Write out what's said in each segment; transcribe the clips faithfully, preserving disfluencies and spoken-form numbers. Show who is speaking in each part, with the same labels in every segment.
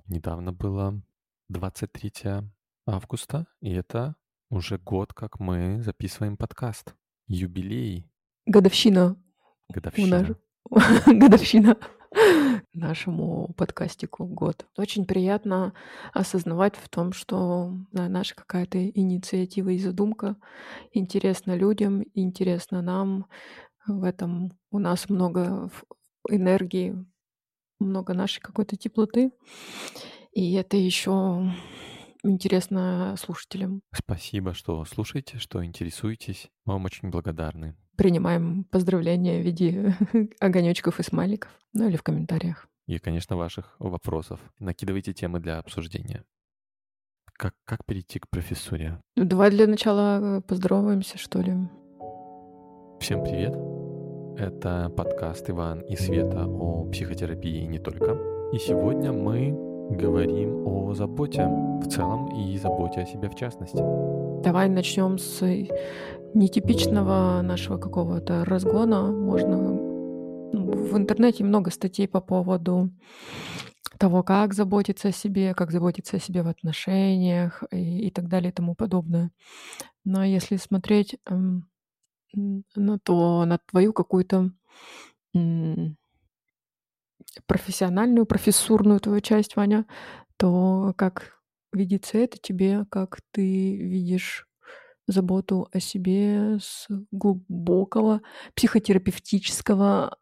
Speaker 1: Недавно было двадцать третьего августа, и это уже год, как мы записываем подкаст. Юбилей,
Speaker 2: Годовщина у нас.
Speaker 1: годовщина.
Speaker 2: Годовщина нашему подкастику год. Очень приятно осознавать в том, что да, наша какая-то инициатива и задумка интересна людям, интересна нам. В этом у нас много ф- энергии, много нашей какой-то теплоты. И это еще интересно слушателям.
Speaker 1: Спасибо, что слушаете, что интересуетесь. Мы вам очень благодарны.
Speaker 2: Принимаем поздравления в виде огонечков и смайликов, ну или в комментариях.
Speaker 1: И, конечно, ваших вопросов. Накидывайте темы для обсуждения. Как, как перейти к профессуре?
Speaker 2: Ну, давай для начала поздороваемся, что ли.
Speaker 1: Всем привет! Это подкаст Иван и Света о психотерапии и не только. И сегодня мы говорим о заботе в целом и заботе о себе в частности.
Speaker 2: Давай начнем с нетипичного нашего какого-то разгона. Можно ну, в интернете много статей по поводу того, как заботиться о себе, как заботиться о себе в отношениях и, и так далее и тому подобное. Но если смотреть эм, м, на то, на твою какую-то м, профессиональную, профессурную твою часть, Ваня, то как видится это тебе, как ты видишь заботу о себе с глубокого психотерапевтического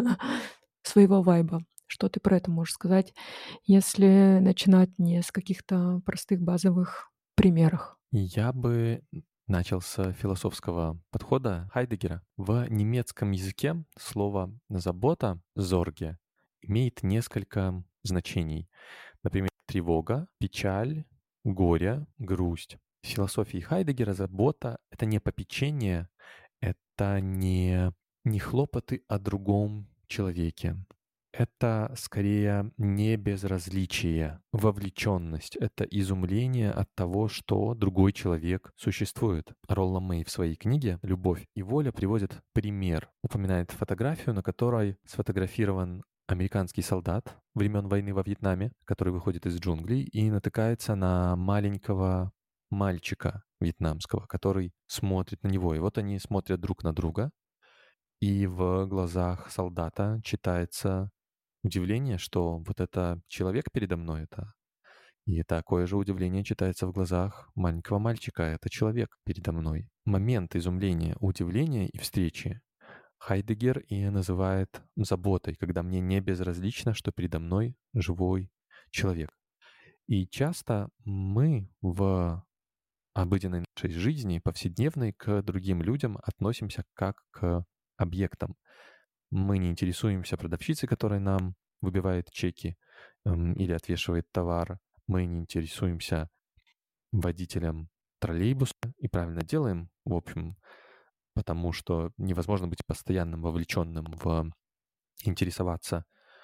Speaker 2: своего вайба. Что ты про это можешь сказать, если начинать не с каких-то простых базовых примеров?
Speaker 1: Я бы начал с философского подхода Хайдеггера. В немецком языке слово «забота» «зорге» имеет несколько значений. Например, тревога, печаль, горе, грусть. В философии Хайдеггера забота — это не попечение, это не, не хлопоты о другом человеке. Это скорее не безразличие, вовлеченность. Это изумление от того, что другой человек существует. Ролла Мэй в своей книге «Любовь и воля» приводит пример. Упоминает фотографию, на которой сфотографирован американский солдат времен войны во Вьетнаме, который выходит из джунглей и натыкается на маленького мальчика вьетнамского, который смотрит на него. И вот они смотрят друг на друга, и в глазах солдата читается удивление, что вот это человек передо мной, это и такое же удивление читается в глазах маленького мальчика, это человек передо мной. Момент изумления, удивления и встречи Хайдеггер и называет заботой, когда мне не безразлично, что передо мной живой человек. И часто мы в обыденной нашей жизни, повседневной, к другим людям относимся как к объектам. Мы не интересуемся продавщицей, которая нам выбивает чеки эм, или отвешивает товар. Мы не интересуемся водителем троллейбуса и правильно делаем, в общем, потому что невозможно быть постоянным вовлеченным в интересоваться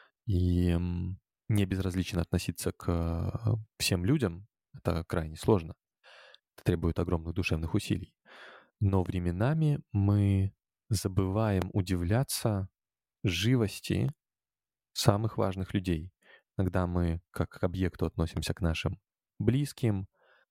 Speaker 1: и м, не безразлично относиться к э, всем людям. Это крайне сложно. Это требует огромных душевных усилий. Но временами мы забываем удивляться живости самых важных людей. Иногда мы как к объекту относимся к нашим близким,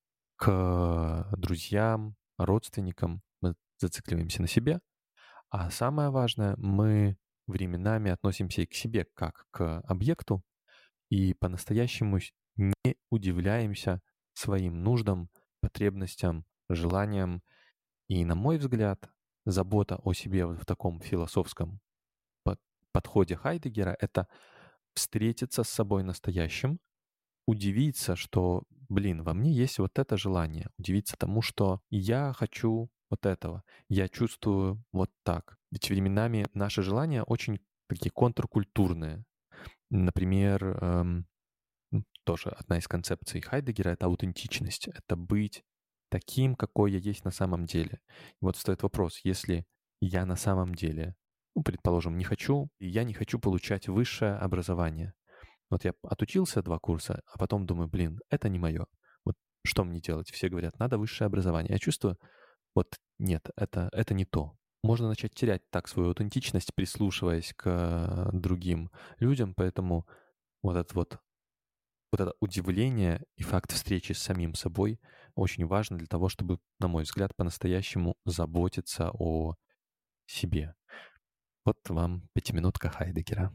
Speaker 1: к друзьям, родственникам. Мы зацикливаемся на себе. А самое важное, мы временами относимся и к себе как к объекту и по-настоящему с- не удивляемся своим нуждам, потребностям, желаниям. И, на мой взгляд, забота о себе вот в таком философском под- подходе Хайдеггера — это встретиться с собой настоящим, удивиться, что, блин, во мне есть вот это желание, удивиться тому, что я хочу вот этого, я чувствую вот так. Ведь временами наши желания очень такие контркультурные. Например, эм, м, тоже одна из концепций Хайдеггера — это аутентичность, это быть таким, какой я есть на самом деле. И вот встает вопрос, если я на самом деле, ну, предположим, не хочу, и я не хочу получать высшее образование. Вот я отучился два курса, а потом думаю, блин, это не мое. Вот что мне делать? Все говорят, надо высшее образование. Я чувствую, вот нет, это, это не то. Можно начать терять так свою аутентичность, прислушиваясь к другим людям, поэтому вот этот вот вот это удивление и факт встречи с самим собой очень важно для того, чтобы, на мой взгляд, по-настоящему заботиться о себе. Вот вам пятиминутка Хайдегера.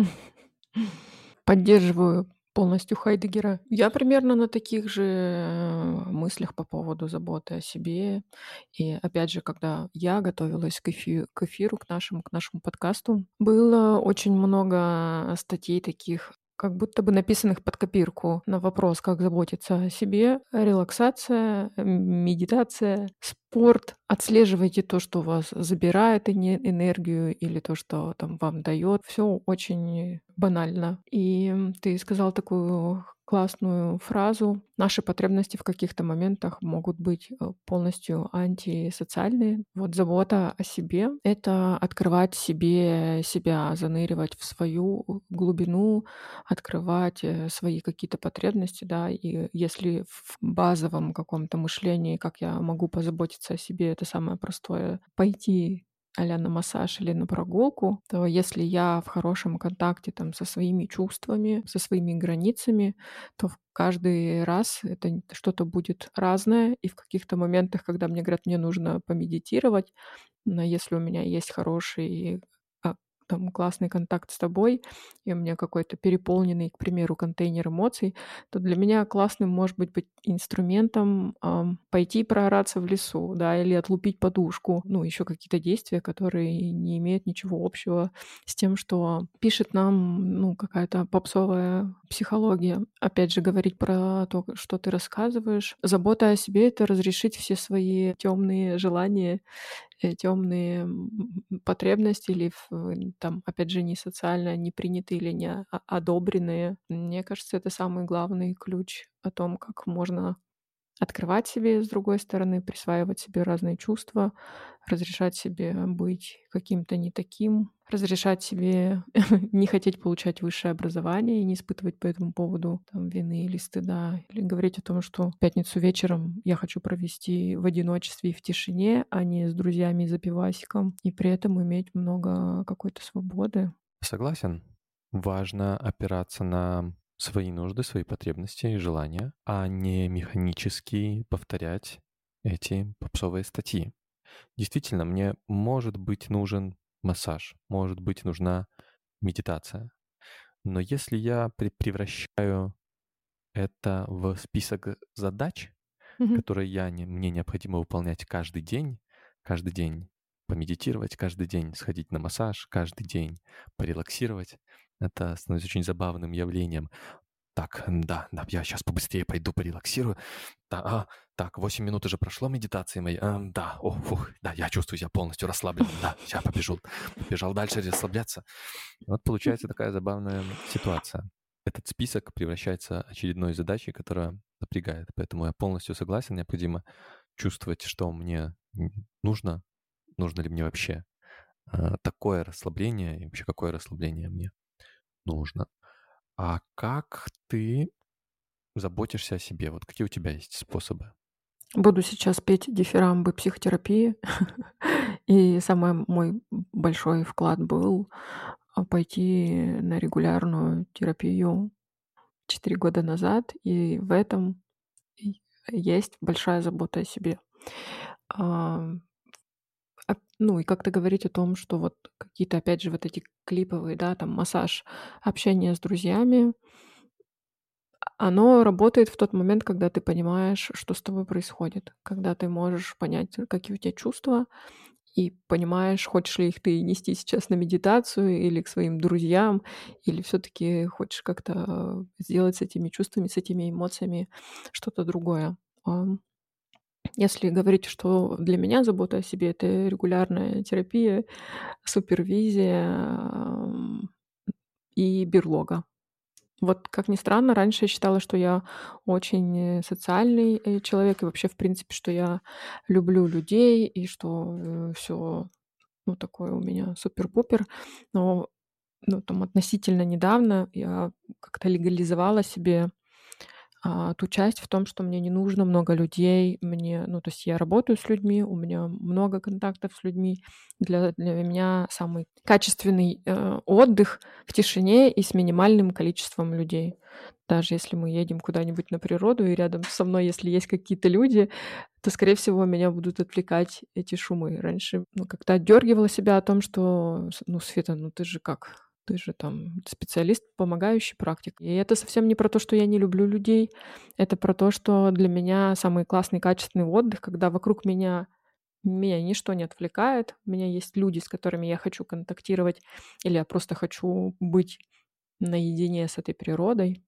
Speaker 2: Поддерживаю полностью Хайдегера. Я примерно на таких же э, мыслях по поводу заботы о себе. И опять же, когда я готовилась к, эфи- к эфиру, к нашему, к нашему подкасту, было очень много статей таких, как будто бы написанных под копирку на вопрос, как заботиться о себе, релаксация, м, медитация, спорт. Отслеживайте то, что у вас забирает эне- энергию или то, что там вам дает. Все очень банально. И м, ты сказал такую классную фразу. Наши потребности в каких-то моментах могут быть э, полностью антисоциальные. Вот забота о себе — это открывать себе себя, заныривать в свою глубину, открывать э, свои какие-то потребности, да, и если в базовом каком-то мышлении, как я могу позаботиться о себе, это самое простое — пойти а-ля на массаж или на прогулку, то если я в хорошем контакте там со своими чувствами, со своими границами, то в каждый раз это н- что-то будет разное, и в каких-то моментах, когда мне говорят, мне нужно помедитировать, но если у меня есть хороший а, там классный контакт с тобой, и у меня какой-то переполненный, к примеру, контейнер эмоций, то для меня классным может быть быть инструментом ам, пойти проораться в лесу, да, или отлупить подушку, ну, еще какие-то действия, которые не имеют ничего общего с тем, что пишет нам, ну, какая-то попсовая психология. Опять же, говорить про то, что ты рассказываешь. Забота о себе — это разрешить все свои темные желания, э, темные м, потребности или ф- там, опять же, не социально не принятые или не о- одобренные. Мне кажется, это самый главный ключ о том, как можно открывать себе, с другой стороны, присваивать себе разные чувства, разрешать себе быть каким-то не таким, разрешать себе не хотеть получать высшее образование и не испытывать по этому поводу там, вины или стыда, или говорить о том, что в пятницу вечером я хочу провести в одиночестве и в тишине, а не с друзьями за пивасиком, и при этом иметь много какой-то свободы.
Speaker 1: Согласен. Важно опираться на свои нужды, свои потребности и желания, а не механически повторять эти попсовые статьи. Действительно, мне может быть нужен массаж, может быть нужна медитация. Но если я пре- превращаю это в список задач,
Speaker 2: Мгм.
Speaker 1: которые я не, мне необходимо выполнять каждый день, каждый день помедитировать, каждый день сходить на массаж, каждый день порелаксировать, это становится очень забавным явлением. Так, да, да, я сейчас побыстрее пойду порелаксирую. Да, а, так, восемь минут уже прошло медитации моей. А, да, о, фух, да, я чувствую себя полностью расслабленным. Да, сейчас побежал, побежал дальше расслабляться. Вот получается такая забавная ситуация. Этот список превращается в очередной задачей, которая напрягает. Поэтому я полностью согласен, необходимо чувствовать, что мне м, нужно, нужно ли мне вообще э, такое расслабление, и вообще какое расслабление мне нужно. А как ты заботишься о себе? Вот какие у тебя есть способы?
Speaker 2: Буду сейчас петь дифирамбы психотерапии. И самый мой большой вклад был а, пойти на регулярную терапию четыре года назад, и в этом и есть большая забота о себе. А, ап ну, и как-то говорить о том, что вот какие-то, опять же, вот эти клиповые, да, там массаж, общение с друзьями, оно работает в тот момент, когда ты понимаешь, что с тобой происходит, когда ты можешь понять, какие у тебя чувства, и понимаешь, хочешь ли их ты нести сейчас на медитацию или к своим друзьям, или все таки хочешь как-то сделать с этими чувствами, с этими эмоциями что-то другое. Ам, если говорить, что для меня забота о себе — это регулярная терапия, супервизия, ам, и берлога. Вот, как ни странно, раньше я считала, что я очень, э, социальный, э, человек, и вообще, в принципе, что я люблю людей, и что, все, ну, такое у меня супер-пупер. Но, ну, там относительно недавно я как-то легализовала себе, а, ту часть в том, что мне не нужно много людей. Мне, ну, то есть я работаю с людьми, у меня много контактов с людьми. Для, для меня самый качественный э, отдых в тишине и с минимальным количеством людей. Даже если мы едем куда-нибудь на природу, и рядом со мной, если есть какие-то люди, то, скорее всего, меня будут отвлекать эти шумы. Раньше, ну, как-то отдергивала себя о том, что, с- ну, Света, ну ты же как? Ты же там специалист, помогающий практик. И это совсем не про то, что я не люблю людей. Это про то, что для меня самый классный, качественный отдых, когда вокруг меня меня ничто не отвлекает, у меня есть люди, с которыми я хочу контактировать, или я просто хочу быть наедине с этой природой.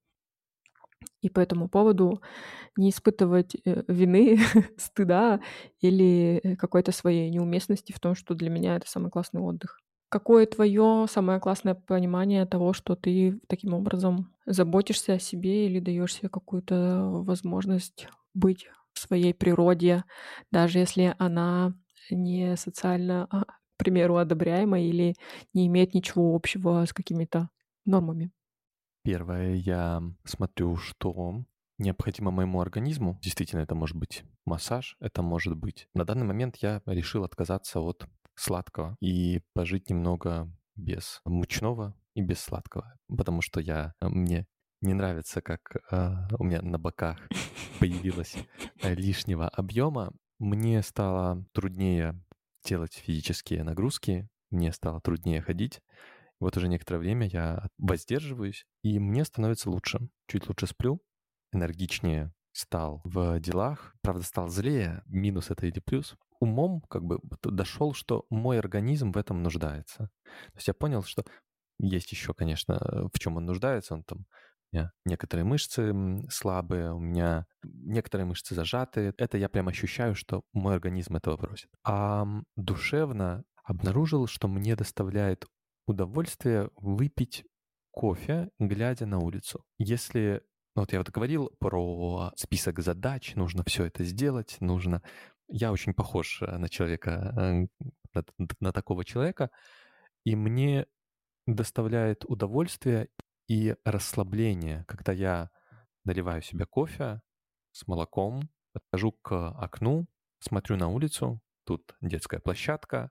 Speaker 2: И по этому поводу не испытывать э, вины, стыда или э, какой-то своей неуместности в том, что для меня это самый классный отдых. Какое твое самое классное понимание того, что ты таким образом заботишься о себе или даешь себе какую-то возможность быть в своей природе, даже если она не социально, а, к примеру, одобряема или не имеет ничего общего с какими-то нормами?
Speaker 1: Первое, я смотрю, что необходимо моему организму. Действительно, это может быть массаж, это может быть... На данный момент я решил отказаться от сладкого и пожить немного без мучного и без сладкого, потому что я, э, мне не нравится, как а, у меня на боках появилось э, лишнего объема. Мне стало труднее делать физические нагрузки, мне стало труднее ходить. Вот уже некоторое время я воздерживаюсь, и мне становится лучше. Чуть лучше сплю, энергичнее стал в делах. Правда, стал злее, минус это или плюс. Умом как бы дошел, что мой организм в этом нуждается. То есть я понял, что есть еще, конечно, в чем он нуждается. Он там у меня некоторые мышцы м, слабые, у меня некоторые мышцы зажатые. Это я прям ощущаю, что мой организм этого просит. А м, душевно обнаружил, что мне доставляет удовольствие выпить кофе, глядя на улицу. Если, ну вот я вот говорил про список задач, нужно все это сделать, нужно... Я очень похож э, на человека, э, на, на такого человека, и мне доставляет удовольствие и расслабление, когда я наливаю себе кофе с молоком, подхожу к окну, смотрю на улицу, тут детская площадка,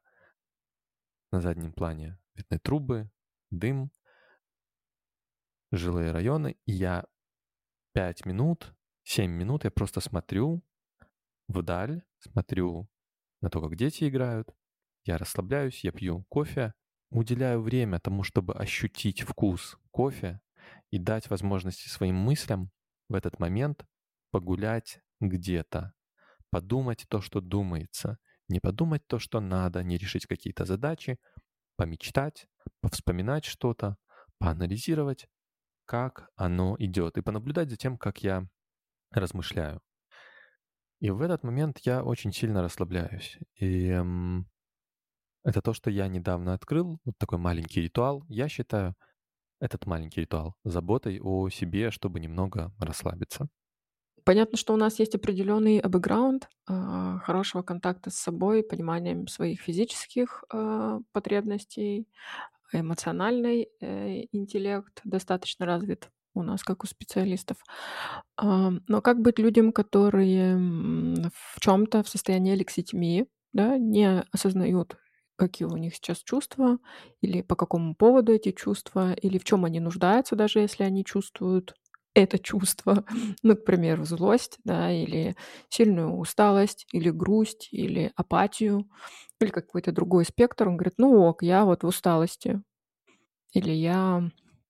Speaker 1: на заднем плане видны трубы, дым, жилые районы, и я пять минут, семь минут я просто смотрю вдаль, смотрю на то, как дети играют, я расслабляюсь, я пью кофе, уделяю время тому, чтобы ощутить вкус кофе и дать возможности своим мыслям в этот момент погулять где-то, подумать то, что думается, не подумать то, что надо, не решить какие-то задачи, помечтать, повспоминать что-то, поанализировать, как оно идет, и понаблюдать за тем, как я размышляю. И в этот момент я очень сильно расслабляюсь. И эм, это то, что я недавно открыл, вот такой маленький ритуал. Я считаю этот маленький ритуал заботой о себе, чтобы немного расслабиться.
Speaker 2: Понятно, что у нас есть определенный бэкграунд а, хорошего контакта с собой, пониманием своих физических а, потребностей, эмоциональный э, интеллект достаточно развит у нас, как у специалистов. А, Но как быть людям, которые м, в чем-то в состоянии лекситимии, да, не осознают, какие у них сейчас чувства, или по какому поводу эти чувства, или в чем они нуждаются, даже если они чувствуют это чувство, ну, к примеру, злость, да, или сильную усталость, или грусть, или апатию, или какой-то другой спектр. Он говорит, ну ок, я вот в усталости, или я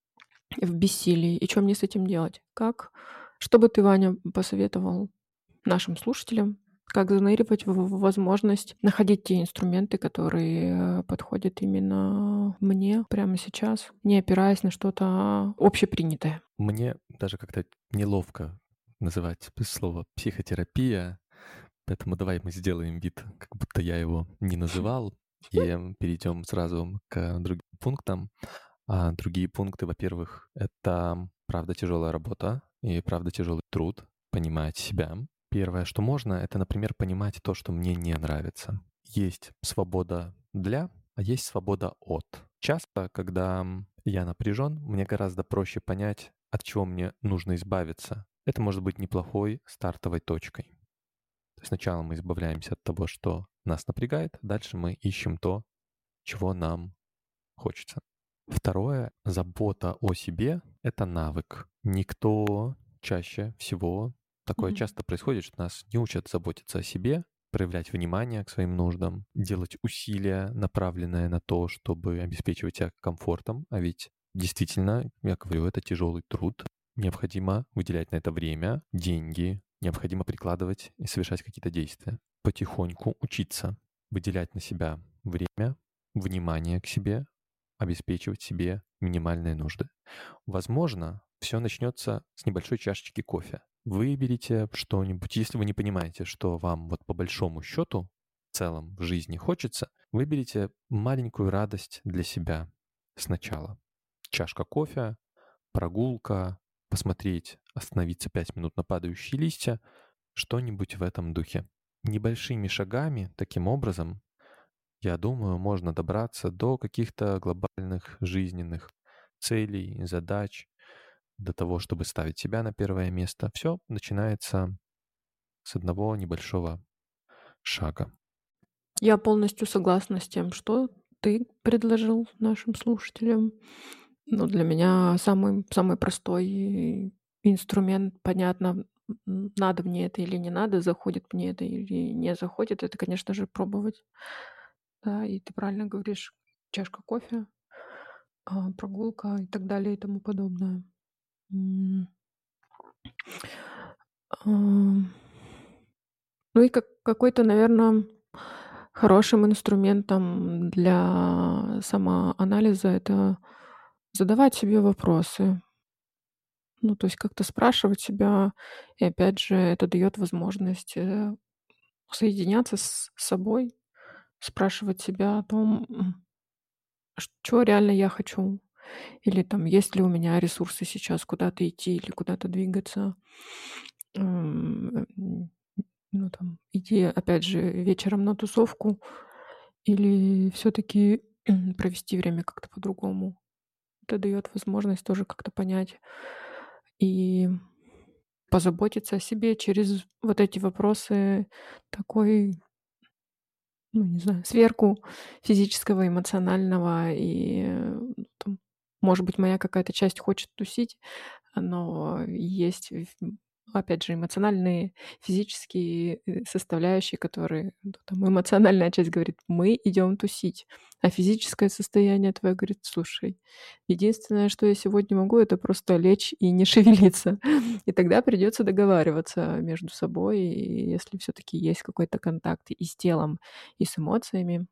Speaker 2: в бессилии. И что мне с этим делать? Как? Что бы ты, Ваня, посоветовал нашим слушателям? Как зонировать в в возможность находить те инструменты, которые э, подходят именно мне прямо сейчас, не опираясь на что-то общепринятое?
Speaker 1: Мне даже как-то неловко называть слово психотерапия, поэтому давай мы сделаем вид, как будто я его не называл, и перейдем сразу к другим пунктам. А другие пункты, во-первых, это правда тяжелая работа и правда тяжелый труд, понимать себя. Первое, что можно, это, например, понимать то, что мне не нравится. Есть свобода для, а есть свобода от. Часто, когда я напряжен, мне гораздо проще понять, от чего мне нужно избавиться, это может быть неплохой стартовой точкой. То есть сначала мы избавляемся от того, что нас напрягает, дальше мы ищем то, чего нам хочется. Второе, забота о себе — это навык. Никто чаще всего, такое
Speaker 2: Мгм.
Speaker 1: часто происходит, что нас не учат заботиться о себе, проявлять внимание к своим нуждам, делать усилия, направленные на то, чтобы обеспечивать себя комфортом. А ведь действительно, я говорю, это тяжелый труд. Необходимо выделять на это время, деньги, необходимо прикладывать и совершать какие-то действия. Потихоньку учиться выделять на себя время, внимание к себе, обеспечивать себе минимальные нужды. Возможно, все начнется с небольшой чашечки кофе. Выберите что-нибудь, если вы не понимаете, что вам вот по большому счету в целом в жизни хочется, выберите маленькую радость для себя сначала. Чашка кофе, прогулка, посмотреть, остановиться пять минут на падающие листья, что-нибудь в этом духе. Небольшими шагами, таким образом, я думаю, можно добраться до каких-то глобальных жизненных целей, задач, до того, чтобы ставить себя на первое место. Все начинается с одного небольшого шага.
Speaker 2: Я полностью согласна с тем, что ты предложил нашим слушателям. Ну, для меня самый, самый простой инструмент, понятно, м, надо мне это или не надо, заходит мне это или не заходит, это, конечно же, пробовать. Да, и ты правильно говоришь, чашка кофе, а, прогулка и так далее и тому подобное. М. Ам. Ну и как какой-то, наверно, хорошим инструментом для самоанализа — это задавать себе вопросы. Ну, то есть как-то спрашивать себя, и опять же, это даёт возможность, э, соединяться с собой, спрашивать себя о том, м, ш чего реально я хочу, или там есть ли у меня ресурсы сейчас куда-то идти или куда-то двигаться. М, э, м, ну, там, идти, опять же, вечером на тусовку или всё-таки провести время как-то по-другому. Это даёт возможность тоже как-то понять и позаботиться о себе через вот эти вопросы, такой, ну, не знаю, сверку физического, эмоционального. И, э, там, может быть, моя какая-то часть хочет тусить, но есть, в опять же, эмоциональные, физические, э, составляющие, которые, ну, там эмоциональная часть говорит: "Мы идём тусить". А физическое состояние твоё говорит: "Слушай, единственное, что я сегодня могу, это просто лечь и не шевелиться". И тогда придётся договариваться между собой, и если всё-таки есть какой-то контакт и с телом, и с эмоциями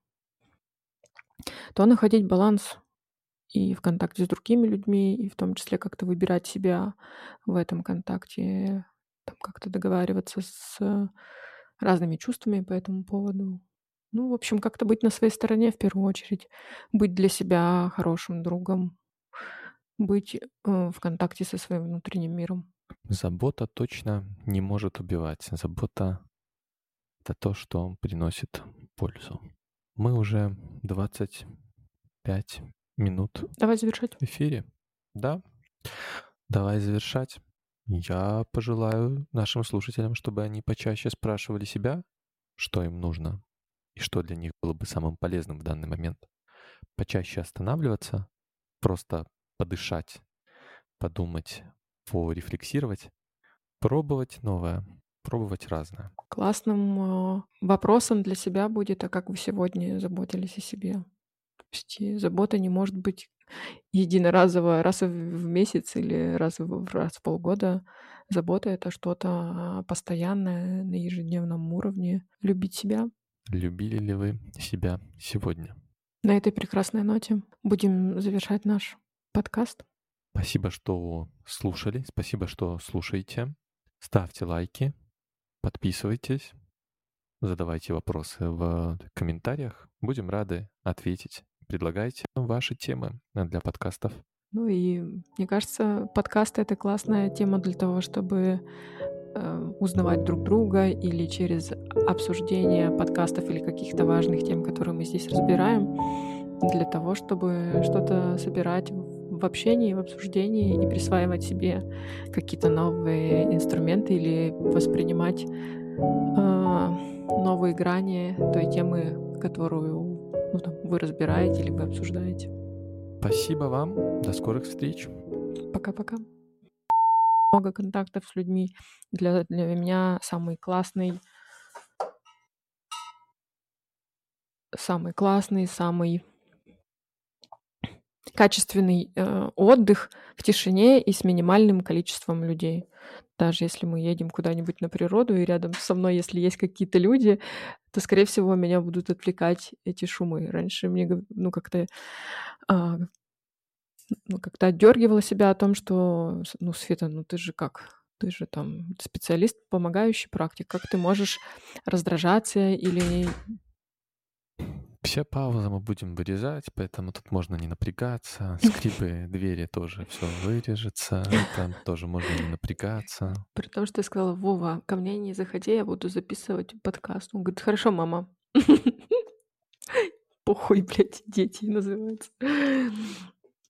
Speaker 2: то находить баланс и в контакте с другими людьми, и в том числе как-то выбирать себя в этом контакте, там как-то договариваться с разными чувствами по этому поводу. Ну, в общем, как-то быть на своей стороне в первую очередь, быть для себя хорошим другом, быть, э, в контакте со своим внутренним миром.
Speaker 1: Забота точно не может убивать. Забота — это то, что приносит пользу. Мы уже двадцать пять минут
Speaker 2: Давай завершать.
Speaker 1: в эфире. Да, давай завершать. Я пожелаю нашим слушателям, чтобы они почаще спрашивали себя, что им нужно и что для них было бы самым полезным в данный момент. Почаще останавливаться, просто подышать, подумать, порефлексировать, пробовать новое, пробовать разное.
Speaker 2: Классным, а, вопросом для себя будет: а как вы сегодня заботились о себе? То есть и забота не может быть единоразовая, раз в в месяц или раз в раз в полгода. Забота — это что-то, а, постоянное, на ежедневном уровне. Любить себя.
Speaker 1: Любили ли вы себя сегодня?
Speaker 2: На этой прекрасной ноте будем завершать наш подкаст.
Speaker 1: Спасибо, что слушали. Спасибо, что слушаете. Ставьте лайки, подписывайтесь, задавайте вопросы в комментариях. Будем рады ответить. Предлагайте ваши темы для подкастов.
Speaker 2: Ну и мне кажется, подкасты — это классная тема для того, чтобы, э, узнавать друг друга или через обсуждение подкастов или каких-то важных тем, которые мы здесь разбираем, для того, чтобы что-то собирать в в общении, в обсуждении и присваивать себе какие-то новые инструменты или воспринимать а, новые грани той темы, которую ну, там, вы разбираете или вы обсуждаете.
Speaker 1: Спасибо вам. До скорых встреч.
Speaker 2: Пока-пока. Много контактов с людьми. Для, для меня самый классный, самый классный, самый качественный э, отдых в тишине и с минимальным количеством людей. Даже если мы едем куда-нибудь на природу, и рядом со мной, если есть какие-то люди, то, скорее всего, меня будут отвлекать эти шумы. Раньше мне гов- ну, как-то а, ну, как-то отдергивала себя о том, что, с- ну, Света, ну ты же как? Ты же там специалист, помогающий практик. Как ты можешь раздражаться или...
Speaker 1: Все паузы мы будем вырезать, поэтому тут можно не напрягаться. Скрипы двери тоже все вырежется. Там тоже можно не напрягаться.
Speaker 2: При том, что я сказала: Вова, ко мне не заходи, я буду записывать подкаст. Он говорит: хорошо, мама. Похуй, блядь, дети называется.